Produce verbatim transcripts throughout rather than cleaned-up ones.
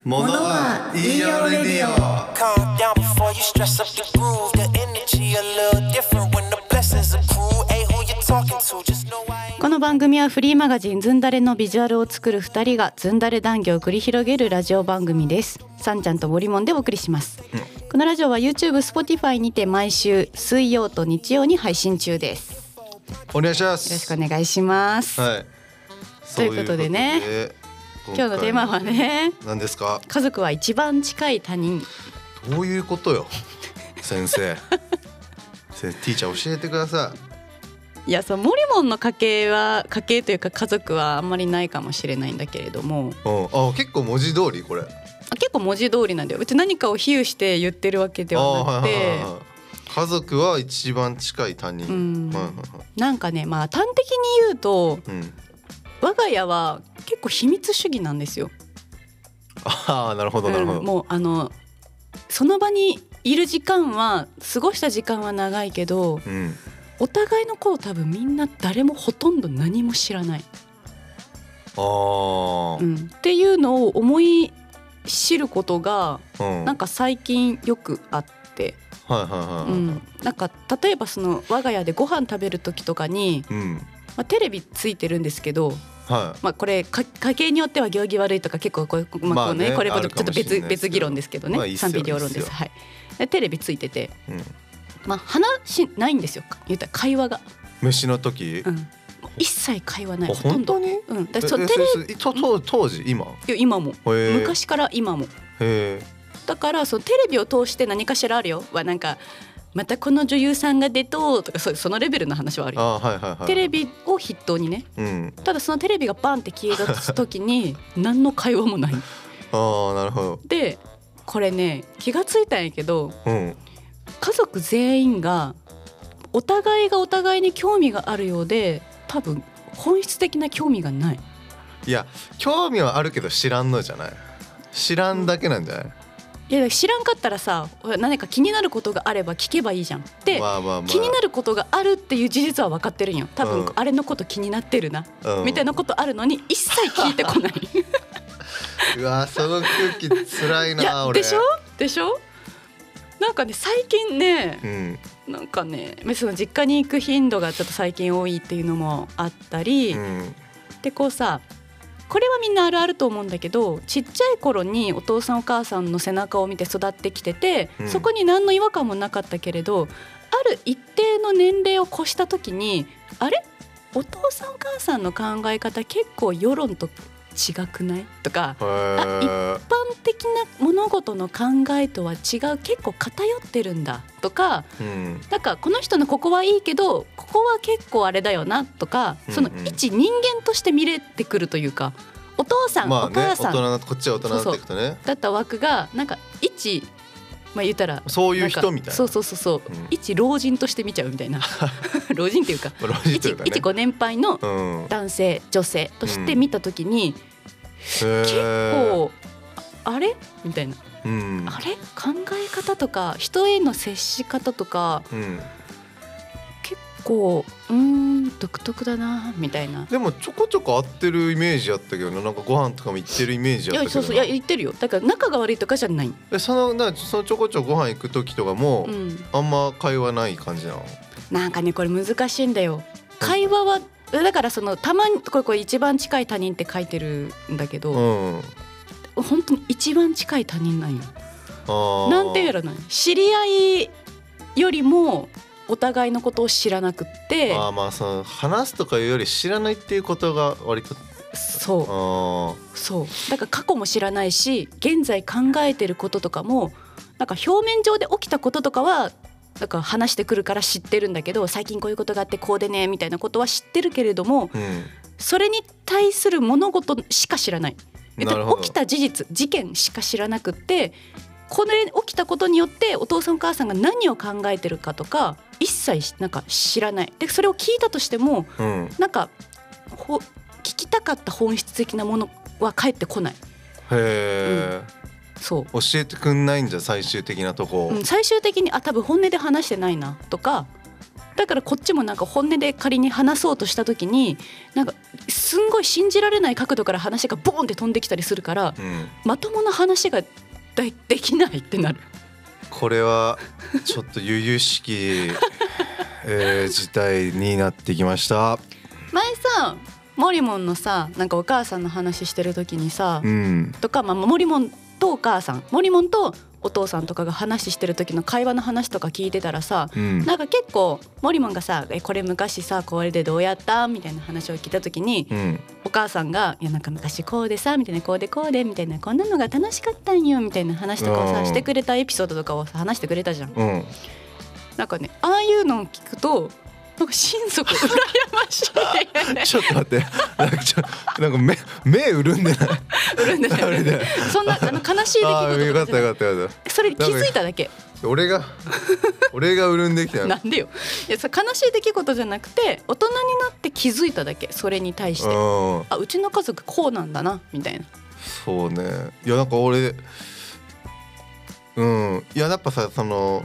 ものは言いようレディオ。 Calm down before you stress up the groove. The energy a little different when the blessings accrue. Hey, who you talking to? Just know I ain't. この番組はフリーマガジンズンダレのビジュアルを作るふたりがズンダレ談義を繰り広げるラジオ番組です。さんちゃんとボリモンでお送りします、うん、このラジオは YouTube、Spotify にて毎週水曜と日曜に配信中です。 お願いします。 よろしくお願いします、 はい、 ということでね、今日のテーマはね、 何ですか？ 家族は一番近い他人。 どういうことよ先生先生ティーチャー教えてください。いや、そう、モリモンの家系は家系というか家族はあんまりないかもしれないんだけれども、 い。うん、あ、結構文字通りこれ。 あ、結構文字通りなんだよ。別に何かを比喩して言ってるわけではなくて、 はいはいはいはい、家族は一番近い他人、うん、はいはいはい、なんかね、まあ端的に言うと、うん、我が家は結構秘密主義なんですよ。 ああ、なるほどなるほど、 うん、もうあのその場にいる時間は過ごした時間は長いけど、うん、お互いのこと多分みんな誰もほとんど何も知らない。 あ、うん、 っていうのを思い知ることが、うん、なんか最近よくあって、はいはいはい、うん、なんか例えばその我が家でご飯食べる時とかに、うん、まあ、テレビついてるんですけど、はい、まあ、これ家計によっては行儀悪いとか結構これ、まあこうね、まあね、これもちょっと 別, 別議論ですけどね、まあ、いい賛否両論です。はい、でテレビついてて、うん、まあ、話ないんですよ。言ったら会話が飯の時、うん、 一切会話ない。 ほとんど。本当に？ うん、だそテレビ当時今？ いや今も昔から今も。へー。だからそのテレビを通して何かしらあるよはなんかまたこの女優さんが出ととか、そのレベルの話はあるよ。あ、はいはいはい、テレビを筆頭にね、うん、ただそのテレビがバンって消えた時に何の会話もない。 あ、なるほど。 でこれね、気がついたんやけど、うん、家族全員がお互いがお互いに興味があるようで多分本質的な興味がない。 いや、興味はあるけど知らんのじゃない？知らんだけなんじゃない？ いや、知らんかったらさ、何か気になることがあれば聞けばいいじゃん。で、まあまあまあ、気になることがあるっていう事実は分かってるんよ。多分、うん、あれのこと気になってるな、うん、みたいなことあるのに一切聞いてこない。 うわ、その空気辛いな。いや、俺でしょでしょ。なんかね、最近ね、うん、なんかね、その実家に行く頻度がちょっと最近多いっていうのもあったり、うん、でこうさ、これはみんなあるあると思うんだけど、ちっちゃい頃にお父さんお母さんの背中を見て育ってきてて、うん、そこに何の違和感もなかったけれど、ある一定の年齢を越した時に、あれ、お父さんお母さんの考え方結構世論と違くないとか、あ、一般的な物事の考えとは違う、結構偏ってるんだとか、うん、なんかこの人のここはいいけどここは結構あれだよなとか、その一人間として見れてくるというか、お父さん、まあね、お母さん、 大人、こっちは大人になっていくとね、そうそうだった枠がなんか一、まあ、言ったらそういう人みたいな、 そうそうそうそう、うん、一老人として見ちゃうみたいな老人っていうか、一、ね、一ご年配の男性、うん、女性として見た時に、うん、結構あれみたいな、うん、あれ考え方とか人への接し方とか、うん、結構うーん独特だなみたいな。 でもちょこちょこ合ってるイメージあったけどな、なんかご飯とかも行ってるイメージあったけどな。いや、そうそう、いや、行ってるよ。だから仲が悪いとかじゃない。え、そのな、そのちょこちょこご飯行く時とかも、うん、あんま会話ない感じなの？ なんかね、これ難しいんだよ。会話はだから、そのたまにこれこれ一番近い他人って書いてるんだけど、うん、本当に一番近い他人なんよ。あ、なんていうの、知り合いよりもお互いのことを知らなくって、 あ、まあ、その話すとかいうより知らないっていうことが割と、 そう、そうだから過去も知らないし、現在考えてることとかもなんか表面上で起きたこととかはだから話してくるから知ってるんだけど、最近こういうことがあってこうでねみたいなことは知ってるけれども、うん、それに対する物事しか知らない。起きた事実、事件しか知らなくって、これ起きたことによってお父さんお母さんが何を考えてるかとか一切なんか知らない。でそれを聞いたとしても、うん、なんかほ聞きたかった本質的なものは返ってこない。 へー、うん、そう教えてくんないんじゃ、最終的なとこ、 うん、最終的にあ多分本音で話してないなとか、 だからこっちもなんか本音で仮に話そうとした時になんかすんごい信じられない角度から話がボーンって飛んできたりするから、うん、まともな話が で, できないってなる。 これはちょっと悠々しき、えー、事態になってきました。 前さモリモンのさなんかお母さんの話してる時にさ、うん、とか、まあ、モリモンとお母さんモリモンとお父さんとかが話してる時の会話の話とか聞いてたらさ、うん、なんか結構モリモンがさえこれ昔さこれでどうやったみたいな話を聞いた時に、うん、お母さんがいやなんか昔こうでさみたいなこうでこうでみたいなこんなのが楽しかったんよみたいな話とかをさしてくれたエピソードとかをさ話してくれたじゃん、うん、なんかねああいうのを聞くとなんか心底羨ましい、ね、 ちょっと待ってなんかちょなんか 目, 目潤んでない潤んでないねそんなあの悲しい出来事あよかったよかったよかったそれ気づいただけ俺が俺が潤んできたなんでよいやそ悲しい出来事じゃなくて大人になって気づいただけそれに対してあうちの家族こうなんだなみたいな。 そうねいやなんか俺うんいややっぱさその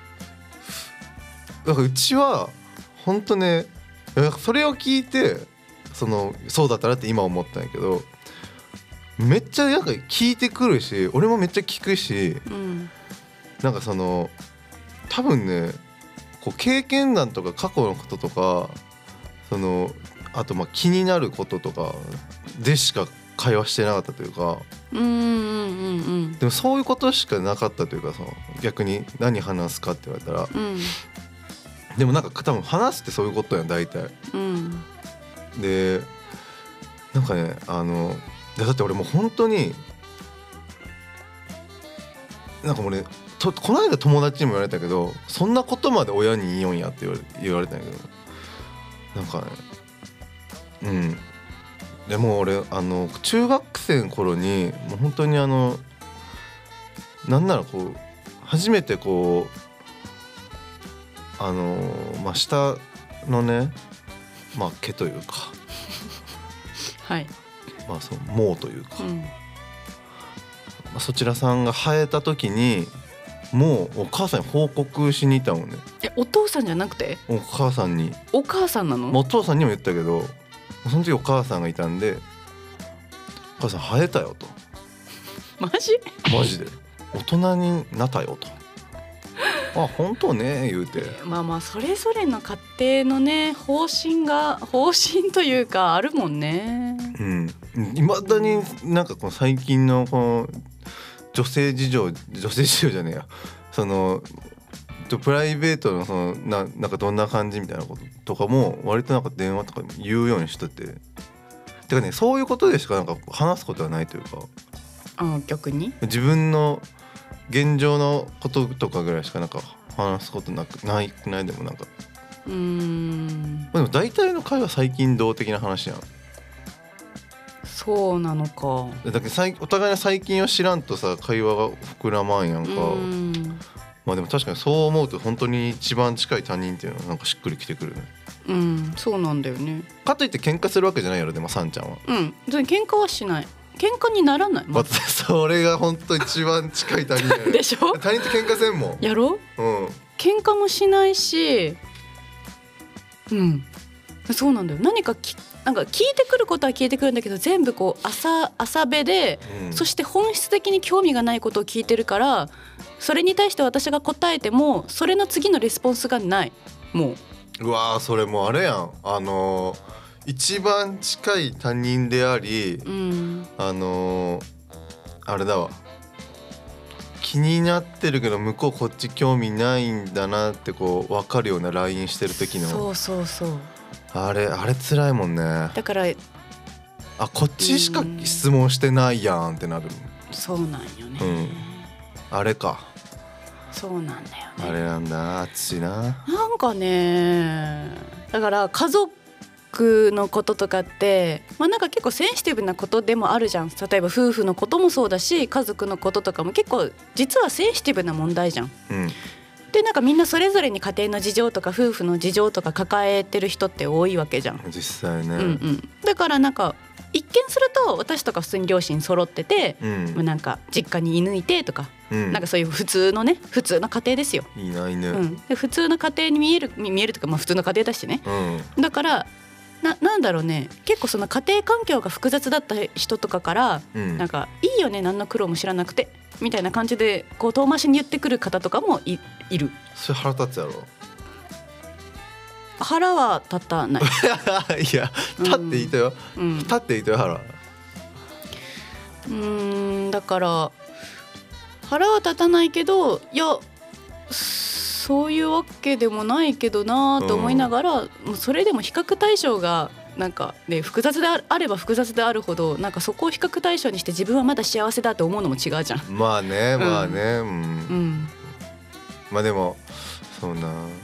なんかうちは本当ねそれを聞いてそのそうだったなって今思ったんやけどめっちゃなんか聞いてくるし俺もめっちゃ聞くし、うん、なんかその多分ねこう経験談とか過去のこととかそのあとまあ気になることとかでしか会話してなかったというかうんうんうんうんでもそういうことしかなかったというかさ逆に何話すかって言われたら、うんでもなんか多分話すってそういうことやん大体、うん、でなんかねあのだって俺もう本当になんかもうねとこの間友達にも言われたけどそんなことまで親に言いよんやって言われ、言われたんやけどなんかねうんでも俺あの中学生の頃にもう本当にあのなんならこう初めてこうあのー、まあ下のねまあ毛というかはいまあその毛というか、うんまあ、そちらさんが生えた時にもうお母さんに報告しに行ったもんね。 えお父さんじゃなくてお母さんにお母さんなの？ お父さんにも言ったけどその時お母さんがいたんでお母さん生えたよとマジ？ マジで大人になったよとあ本当ね言うてまあまあそれぞれの家庭のね方針が方針というかあるもんね。 うんいまだになんかこの最近のこの女性事情女性事情じゃねえやそのプライベートのその な, なんかどんな感じみたいなこととかも割となんか電話とか言うようにしてててかねそういうことでしかなんか話すことはないというかあ逆に自分の現状のこととかぐらいしかなんか話すことなくないないでもなんかうーんでも大体の会話最近動的な話やん。 そうなのか。 だけどお互いの最近を知らんとさ会話が膨らまんやんか。うんまあでも確かにそう思うと本当に一番近い他人っていうのはなんかしっくりきてくるね。 うんそうなんだよね。 かといって喧嘩するわけじゃないやろでもさんちゃんは。 うん喧嘩はしない。喧嘩にならない、 ま、それが本当一番近い他人やねでしょ。 他人と喧嘩せんもんやろう、うん、喧嘩もしないしうんそうなんだよ。何かきなんか聞いてくることは聞いてくるんだけど全部こう浅浅べで、うん、そして本質的に興味がないことを聞いてるからそれに対して私が答えてもそれの次のレスポンスがない。もううわーそれもうあれやんあのー一番近い他人であり、うん、あのー、あれだわ気になってるけど向こうこっち興味ないんだなってこう分かるような ライン してる時のそうそうそうあれあれ辛いもんね。 だからあこっちしか質問してないやんってなる。 そうなんよね、 うん、あれかそうなんだよね。 あれなんだ熱いな。 なんかねだから家族のこととかって、まあ、なんか結構センシティブなことでもあるじゃん。例えば夫婦のこともそうだし家族のこととかも結構実はセンシティブな問題じゃん、うん、でなんかみんなそれぞれに家庭の事情とか夫婦の事情とか抱えてる人って多いわけじゃん実際ね、 うんうん、だからなんか一見すると私とか普通に両親揃ってて、うんまあ、なんか実家に居抜いてとか、 うん、なんかそういう普通のね普通の家庭ですよ。 いいな犬、 うん、で普通の家庭に見える見えるというか、まあ、普通の家庭だしね、うん、だからな, なんだろうね結構その家庭環境が複雑だった人とかから、うん、なんかいいよね何の苦労も知らなくてみたいな感じでこう遠回しに言ってくる方とかも い, いる。 それ腹立つやろ。 腹は立たないいや立っていいとよ、うん、立っていいとよ腹。 うーんだから腹は立たないけどいやそういうわけでもないけどなと思いながら、うん、もうそれでも比較対象がなんか、ね、複雑であれば複雑であるほどなんかそこを比較対象にして自分はまだ幸せだと思うのも違うじゃん。 まあねまあね、うんうん、まあでもそう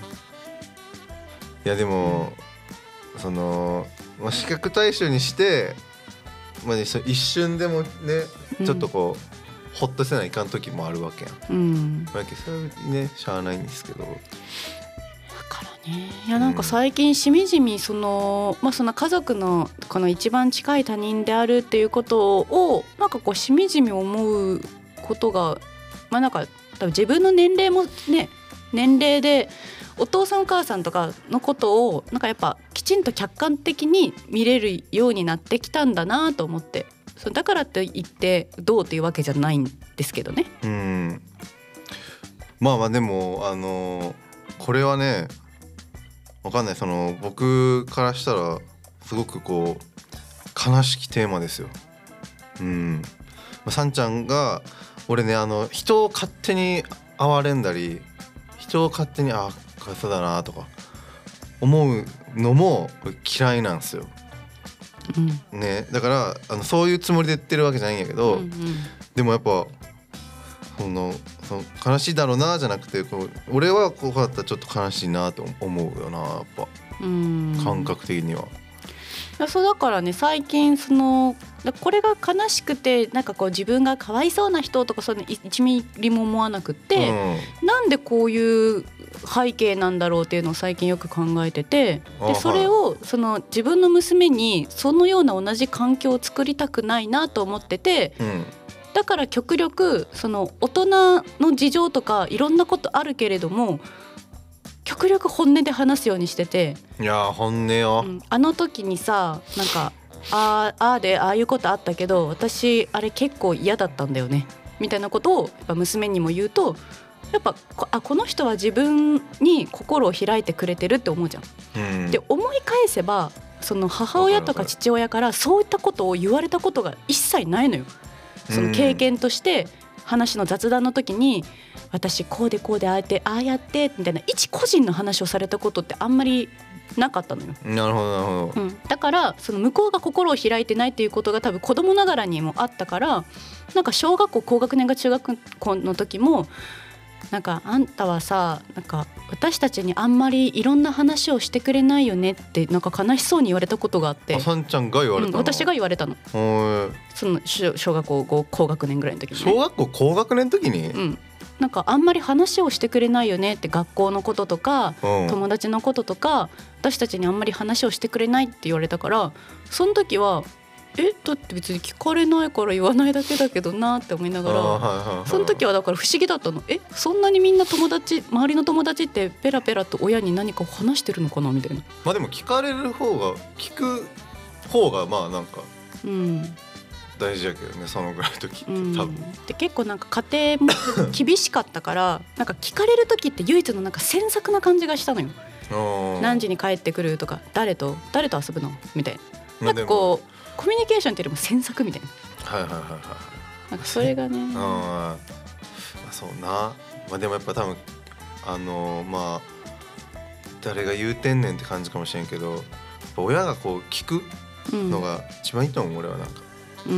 ないやでも、うん、その、まあ、比較対象にして、まあね、一瞬でもねちょっとこう、うん、ほっとせないかん時もあるわけやん、うんまあ、それはねしゃあないんですけど。だからねいやなんか最近しみじみその、まあ、その家族のこの一番近い他人であるっていうことをなんかこうしみじみ思うことがまあなんか多分自分の年齢もね年齢でお父さんお母さんとかのことをなんかやっぱきちんと客観的に見れるようになってきたんだなと思って、そだからって言ってどうというわけじゃないんですけどね。 うんまあまあでもあのこれはねわかんないその僕からしたらすごくこう悲しきテーマですよ。うんさんちゃんが俺ねあの人を勝手に哀れんだり人を勝手にあかわいそうだなとか思うのも嫌いなんですよ、うんね、だからあのそういうつもりで言ってるわけじゃないんやけど、うんうん、でもやっぱそのその悲しいだろうなじゃなくてこう俺はこうだったらちょっと悲しいなと思うよなやっぱうん感覚的には。 そうだからね最近そのこれが悲しくてなんかこう自分がかわいそうな人とかそういうのいちミリも思わなくって、うん、なんでこういう背景なんだろうっていうのを最近よく考えててでそれをその自分の娘にそのような同じ環境を作りたくないなと思ってて、うん、だから極力その大人の事情とかいろんなことあるけれども極力本音で話すようにしてて。 いや本音よ、うん、 あの時にさなんかあーあーでああいうことあったけど私あれ結構嫌だったんだよねみたいなことをやっぱ娘にも言うとやっぱあこの人は自分に心を開いてくれてるって思うじゃん、うん、で思い返せばその母親とか父親からそういったことを言われたことが一切ないのよ。その経験として話の雑談の時に私こうでこうでああやってああやってみたいな一個人の話をされたことってあんまりなかったのよ。 なるほどなるほど、 うん、だからその向こうが心を開いてないっていうことが多分子供ながらにもあったからなんか小学校高学年が中学校の時もなんかあんたはさなんか私たちにあんまりいろんな話をしてくれないよねってなんか悲しそうに言われたことがあって。 あさんちゃんが言われたの、 うん、私が言われたの。その小学校高学年ぐらいの時に、 ね、小学校高学年の時に、 うん、なんかあんまり話をしてくれないよねって学校のこととか、うん、友達のこととか私たちにあんまり話をしてくれないって言われたからその時はえだって別に聞かれないから言わないだけだけどなって思いながら、はいはいはい、その時はだから不思議だったの。えそんなにみんな友達周りの友達ってペラペラと親に何かを話してるのかなみたいな。 まあでも聞かれる方が聞く方がまあなんか、うん、大事やけどねそのぐらいの時って多分、うん、 で結構なんか家庭も厳しかったからなんか聞かれる時って唯一のなんか詮索な感じがしたのよ。何時に帰ってくるとか誰と誰と遊ぶのみたいな、なんかこうコミュニケーションっていうよりも詮索みたいな。 はいはいはいはい。 なんかそれがね。 ああ、そうな。まあでもやっぱ多分あのー、まあ誰が言うてんねんって感じかもしれんけど、親がこう聞くのが一番いいと思う、うん、俺はなんか。うん。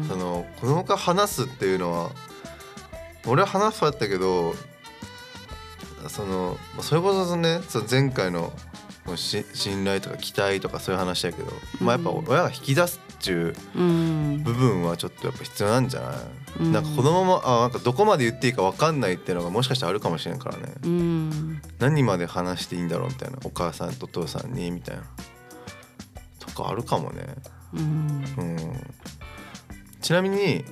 その子供が話すっていうのは、俺は話すだったけど、そのそれこそね、その前回の信頼とか期待とかそういう話だけど、うん、まあやっぱ親が引き出すっていう部分はちょっとやっぱ必要なんじゃない、うん、なんか子供もあなんかどこまで言っていいか分かんないっていうのがもしかしたらあるかもしれんからね、うん、何まで話していいんだろうみたいなお母さんとお父さんにみたいなとかあるかもね、うんうん、ちなみに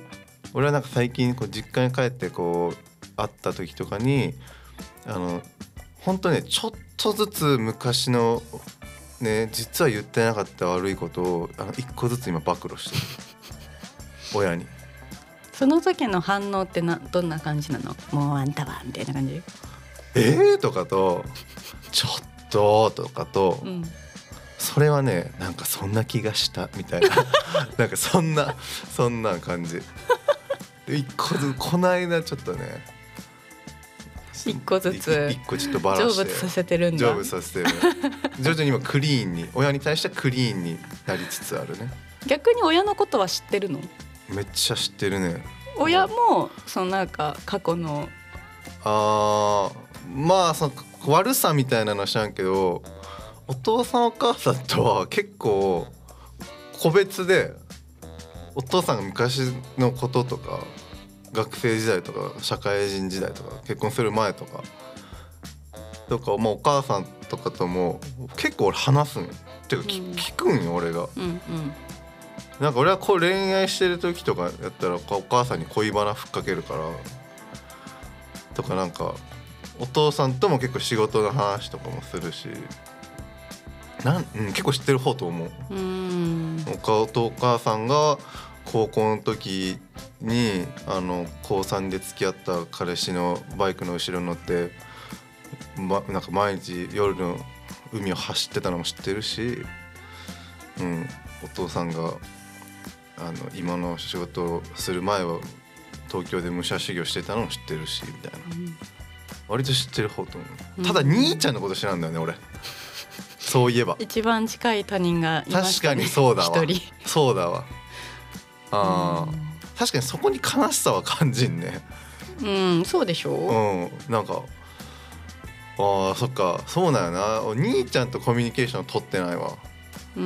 俺はなんか最近こう実家に帰ってこう会った時とかにあの本当ねちょっとずつ昔のね実は言ってなかった悪いことをあの一個ずつ今暴露してる親に。 その時の反応ってなどんな感じなの？もうあんたはみたいな感じ？ えーとかとちょっととかと、うん、それはねなんかそんな気がしたみたいななんかそんなそんな感じ一個ずつこの間ちょっとね一個ずつ一個ちょっとバラして成仏させてるんだ。 成仏させてる徐々に今クリーンに親に対してクリーンになりつつあるね。 逆に親のことは知ってるの？ めっちゃ知ってるね。 親もそのなんか過去のあーまあその悪さみたいなのは知らんけどお父さんお母さんとは結構個別でお父さんが昔のこととか学生時代とか社会人時代とか結婚する前とかとか、まあ、お母さんとかとも結構俺話すんてか、うん、聞くんよ俺が、うんうん、なんか俺はこう恋愛してる時とかやったらお母さんに恋バナふっかけるからとかなんかお父さんとも結構仕事の話とかもするしなん、うん、結構知ってる方と思う。うーんお母とお母さんが高校の時にあの高さんで付き合った彼氏のバイクの後ろに乗って、ま、なんか毎日夜の海を走ってたのも知ってるし、うん、お父さんがあの今の仕事をする前は東京で武者修行してたのも知ってるしみたいな、うん、割と知ってる方と思う。ただ兄ちゃんのこと知らんだよね俺そういえば一番近い他人がいましたね。 確かにそうだわそうだわあ、うん、確かにそこに悲しさは感じんね。 うんそうでしょう、 うん、なんかあそっかそうなんやな。お兄ちゃんとコミュニケーション取ってないわ。うん、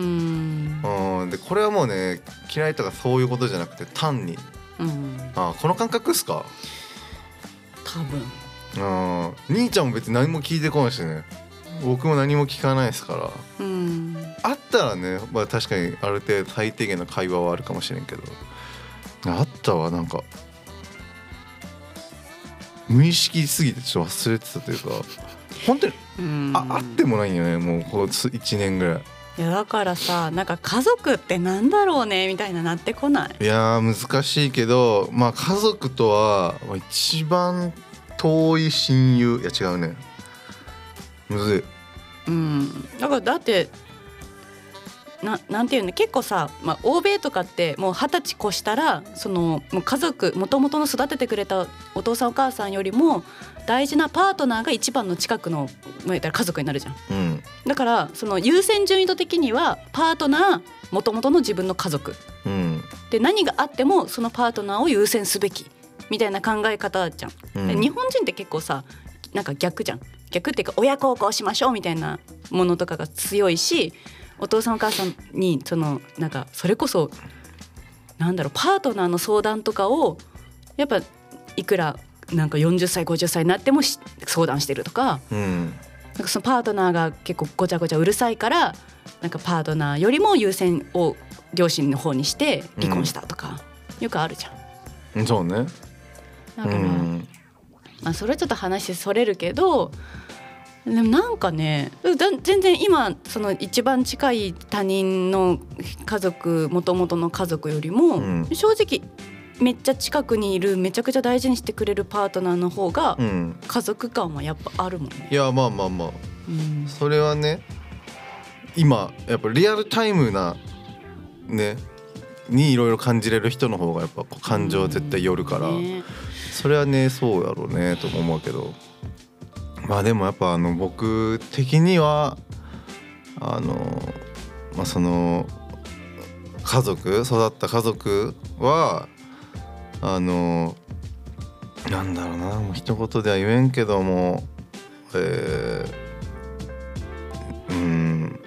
うん、でこれはもうね嫌いとかそういうことじゃなくて単に、うん、あこの感覚っすか多分。 あ兄ちゃんも別に何も聞いてこないしね、僕も何も聞かないですから、うん、あったらね、まあ、確かにある程度最低限の会話はあるかもしれんけどあったわなんか無意識すぎてちょっと忘れてたというか本当にああってもないんよねもうこういちねんぐらい。 いやだからさなんか家族ってなんだろうねみたいななってこない？ いや難しいけどまあ家族とは一番遠い親友いや違うねむずい。 うんだからだってななんていうの結構さ、まあ、欧米とかってもう二十歳越したらそのもう家族もともとの育ててくれたお父さんお母さんよりも大事なパートナーが一番の近くの言ったら家族になるじゃん、うん、だからその優先順位度的にはパートナーもともとの自分の家族、うん、で何があってもそのパートナーを優先すべきみたいな考え方じゃん、うん、で日本人って結構さなんか逆じゃん逆っていうか親孝行しましょうみたいなものとかが強いしお父さんお母さんにそのなんかそれこそなんだろうパートナーの相談とかをやっぱいくらなんかよんじゅっさいごじゅっさいになっても相談してるとか、うん、なんかそのパートナーが結構ごちゃごちゃうるさいからなんかパートナーよりも優先を両親の方にして離婚したとか、うん、よくあるじゃん。 そうね。 だから、うんまあ、それはちょっと話それるけどでもなんかね全然今その一番近い他人の家族元々の家族よりも、うん、正直めっちゃ近くにいるめちゃくちゃ大事にしてくれるパートナーの方が家族感はやっぱあるもんね、 うん、いやまあまあまあ、うん、それはね今やっぱリアルタイムなねにいろいろ感じれる人の方がやっぱ感情絶対寄るから、うんね、それはねそうやろうねとも思うけどまあでもやっぱあの僕的にはあのまあその家族育った家族はあのなんだろうなもう一言では言えんけどもえー、うん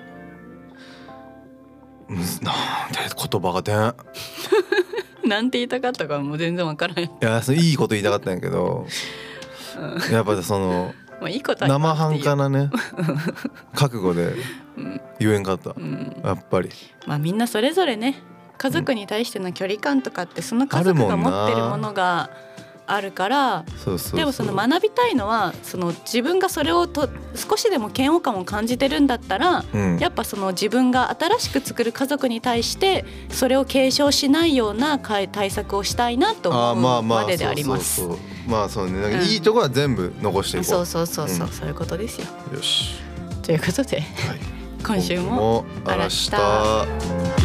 なんて言葉が出んなんて言いたかったかもう全然わからん。いやそのいいこと言いたかったんやけど、うん、やっぱりそのまあいいこと生半可なね覚悟で言えんかった、うん、やっぱりまあみんなそれぞれね家族に対しての距離感とかってその家族が持ってるものがあるから、 そうそうそう、 でもその学びたいのはその自分がそれをと少しでも嫌悪感を感じてるんだったら、うん、やっぱその自分が新しく作る家族に対してそれを継承しないような対策をしたいなと思うまでであります。 まあそうね、なんかいいところは全部残していこう、 そうそうそうそう、うん、そういうことですよ。 よし、 ということで、はい、今週もあらした。